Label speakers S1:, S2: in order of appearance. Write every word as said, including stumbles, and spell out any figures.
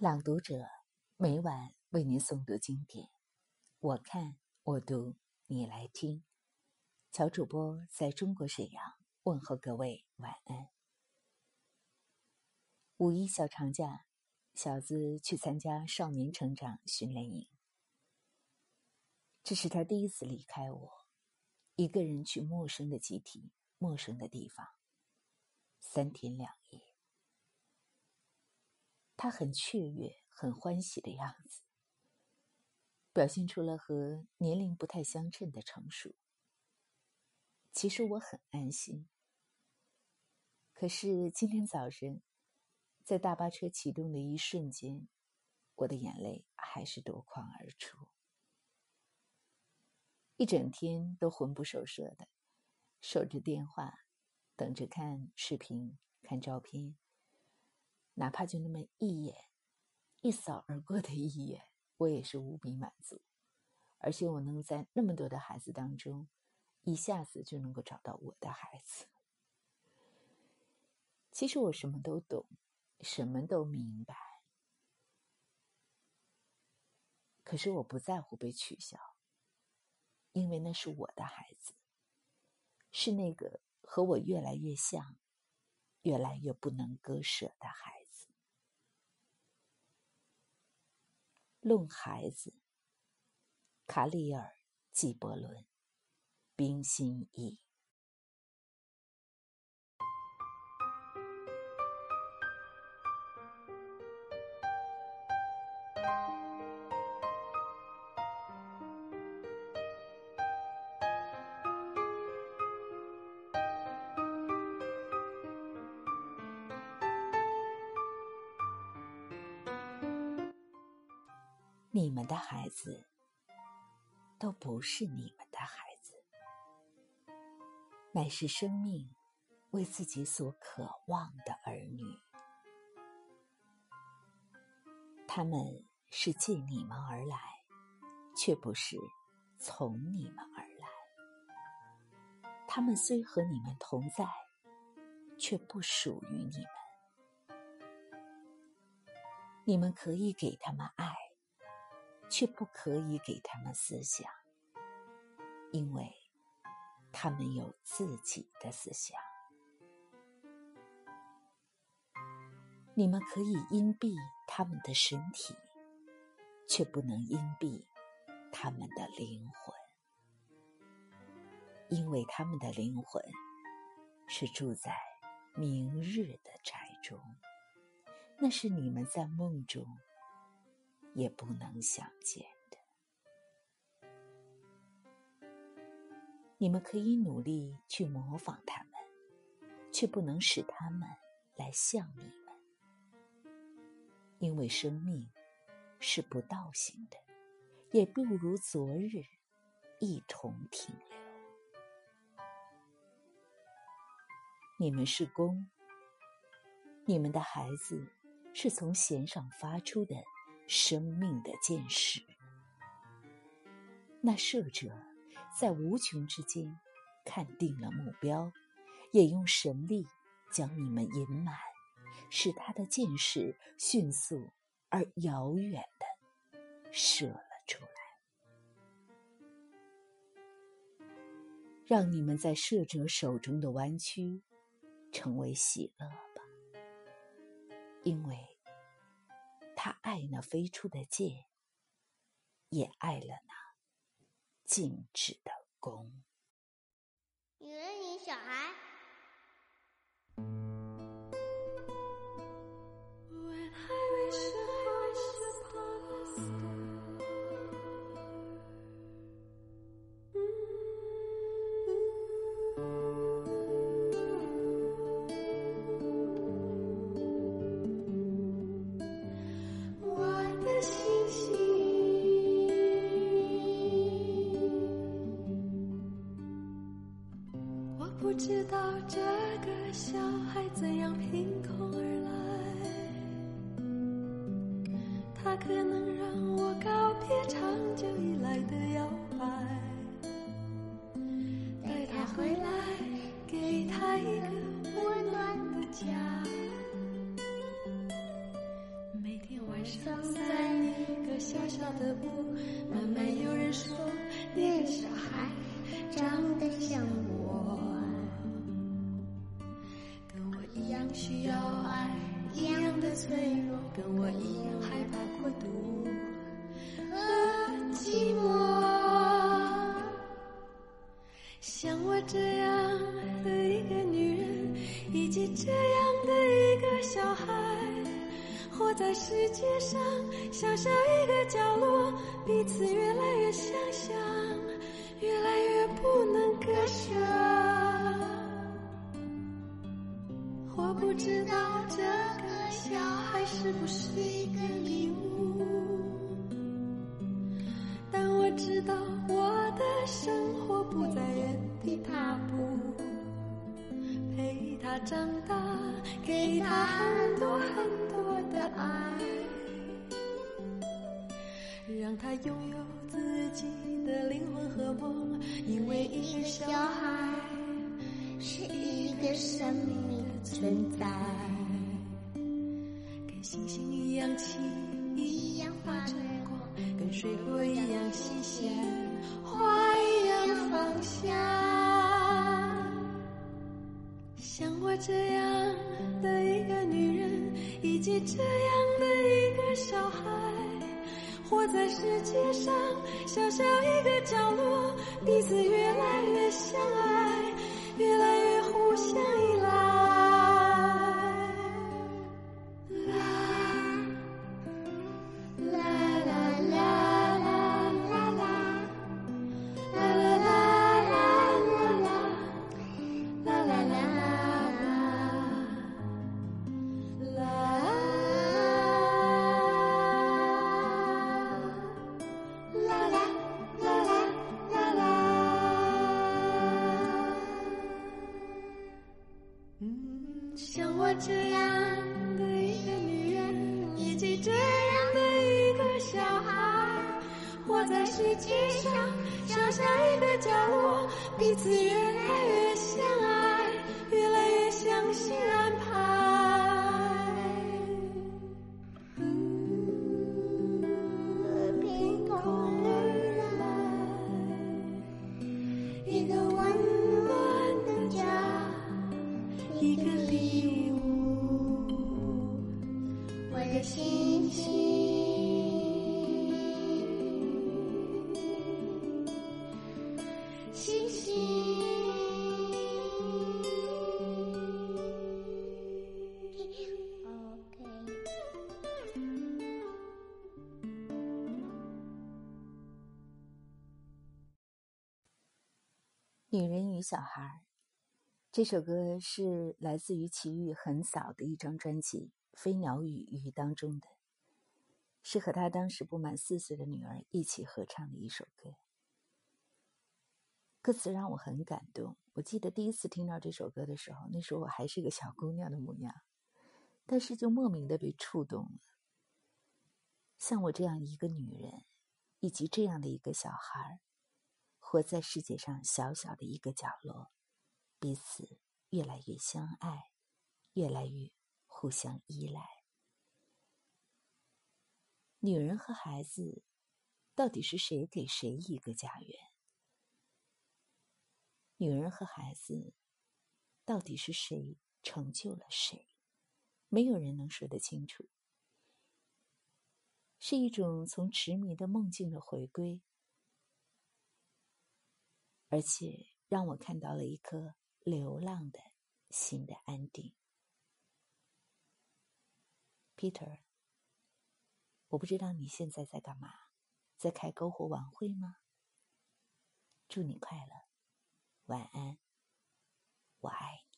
S1: 朗读者每晚为您诵读经典，我看我读，你来听。乔主播在中国沈阳问候各位晚安。五一小长假，小子去参加少年成长训练营。这是他第一次离开我，一个人去陌生的集体，陌生的地方，三天两夜。他很雀跃，很欢喜的样子，表现出了和年龄不太相称的成熟。其实我很安心。可是今天早晨，在大巴车启动的一瞬间，我的眼泪还是夺眶而出。一整天都魂不守舍的，守着电话，等着看视频，看照片，哪怕就那么一眼，一扫而过的一眼，我也是无比满足。而且我能在那么多的孩子当中，一下子就能够找到我的孩子。其实我什么都懂，什么都明白，可是我不在乎被取笑，因为那是我的孩子，是那个和我越来越像，越来越不能割舍的孩子。论孩子，卡里尔·纪伯伦，冰心译。你们的孩子都不是你们的孩子，乃是生命为自己所渴望的儿女。他们是借你们而来，却不是从你们而来。他们虽和你们同在，却不属于你们。你们可以给他们爱，却不可以给他们思想，因为他们有自己的思想。你们可以荫蔽他们的身体，却不能荫蔽他们的灵魂，因为他们的灵魂是住在明日的宅中，那是你们在梦中也不能想见的。你们可以努力去模仿他们，却不能使他们来像你们，因为生命是不倒行的，也不如昨日一同停留。你们是弓，你们的孩子是从弦上发出的生命的箭矢。那射者在无穷之间看定了目标，也用神力将你们引满，使他的箭矢迅速而遥远地射了出来。让你们在射者手中的弯曲成为喜乐吧，因为他爱那飞出的箭，也爱了那静止的弓。
S2: 女人与小孩。
S3: 不知道这个小孩怎样凭空而来，他可能让我告别长久以来的摇摆，带他回来，给他一个温暖的家。每天晚爱上在一个小小的屋，慢慢有人说那个小孩长得像我，跟我一样需要爱，一样的脆弱，跟我一样害怕孤独和寂寞。像我这样的一个女人，以及这样的一个小孩，活在世界上小小一个角落，彼此越来越相像，越来越不能割舍。我不知道这个小孩是不是一个礼物，但我知道我的生活不在原地踏步，陪他长大，给他很多很多的爱，让他拥有自己的灵魂和梦，因为一个小孩
S2: 是一个生命的存在，
S3: 跟星星一样轻，一样发着光，跟水果一样新鲜，花一样芳香。像我这样的一个女人，以及这样的一个小孩，活在世界上小小一个角落，彼此越来越相爱，越来越互相依赖。像我这样的一个女人，以及这样的一个小孩，活在世界上小小一个角落，彼此越来越相爱，越来越相信安排。
S2: 凭空而来，一个温暖的家，
S3: 一个礼物，
S2: 我的星星，星星。OK。
S1: 女人与小孩这首歌是来自于齐豫很早的一张专辑《飞鸟与鱼》当中的，是和他当时不满四岁的女儿一起合唱的一首歌。歌词让我很感动，我记得第一次听到这首歌的时候，那时候我还是个小姑娘的模样，但是就莫名的被触动了。像我这样一个女人，以及这样的一个小孩，活在世界上小小的一个角落，彼此越来越相爱，越来越互相依赖。女人和孩子，到底是谁给谁一个家园？女人和孩子，到底是谁成就了谁？没有人能说得清楚。是一种从痴迷的梦境的回归，而且让我看到了一颗流浪的心的安定。Peter， 我不知道你现在在干嘛，在开篝火晚会吗？祝你快乐，晚安，我爱你。